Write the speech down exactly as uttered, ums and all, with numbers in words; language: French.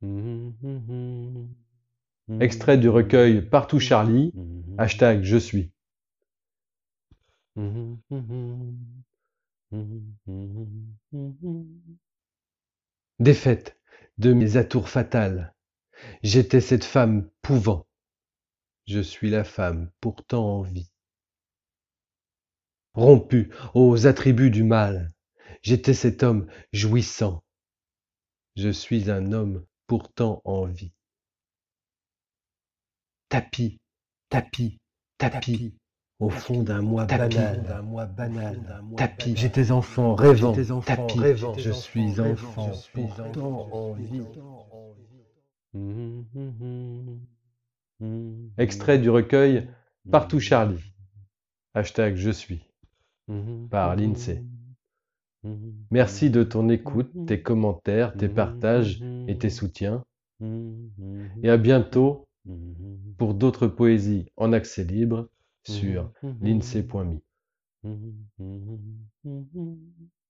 Extrait du recueil Partout Charlie, hashtag je suis. Défaite de mes atours fatales, j'étais cette femme pouvant, je suis la femme pourtant en vie. Rompu aux attributs du mal, j'étais cet homme jouissant, je suis un homme pourtant en vie. Tapis, tapis, tapis, au fond d'un moi banal, tapis, j'étais enfant rêvant, tapis, je suis enfant pourtant en vie. Extrait du recueil Partout Charlie, hashtag je suis, par l'INSEE. Merci de ton écoute, tes commentaires, tes partages et tes soutiens. Et à bientôt pour d'autres poésies en accès libre sur l'INSEE point me.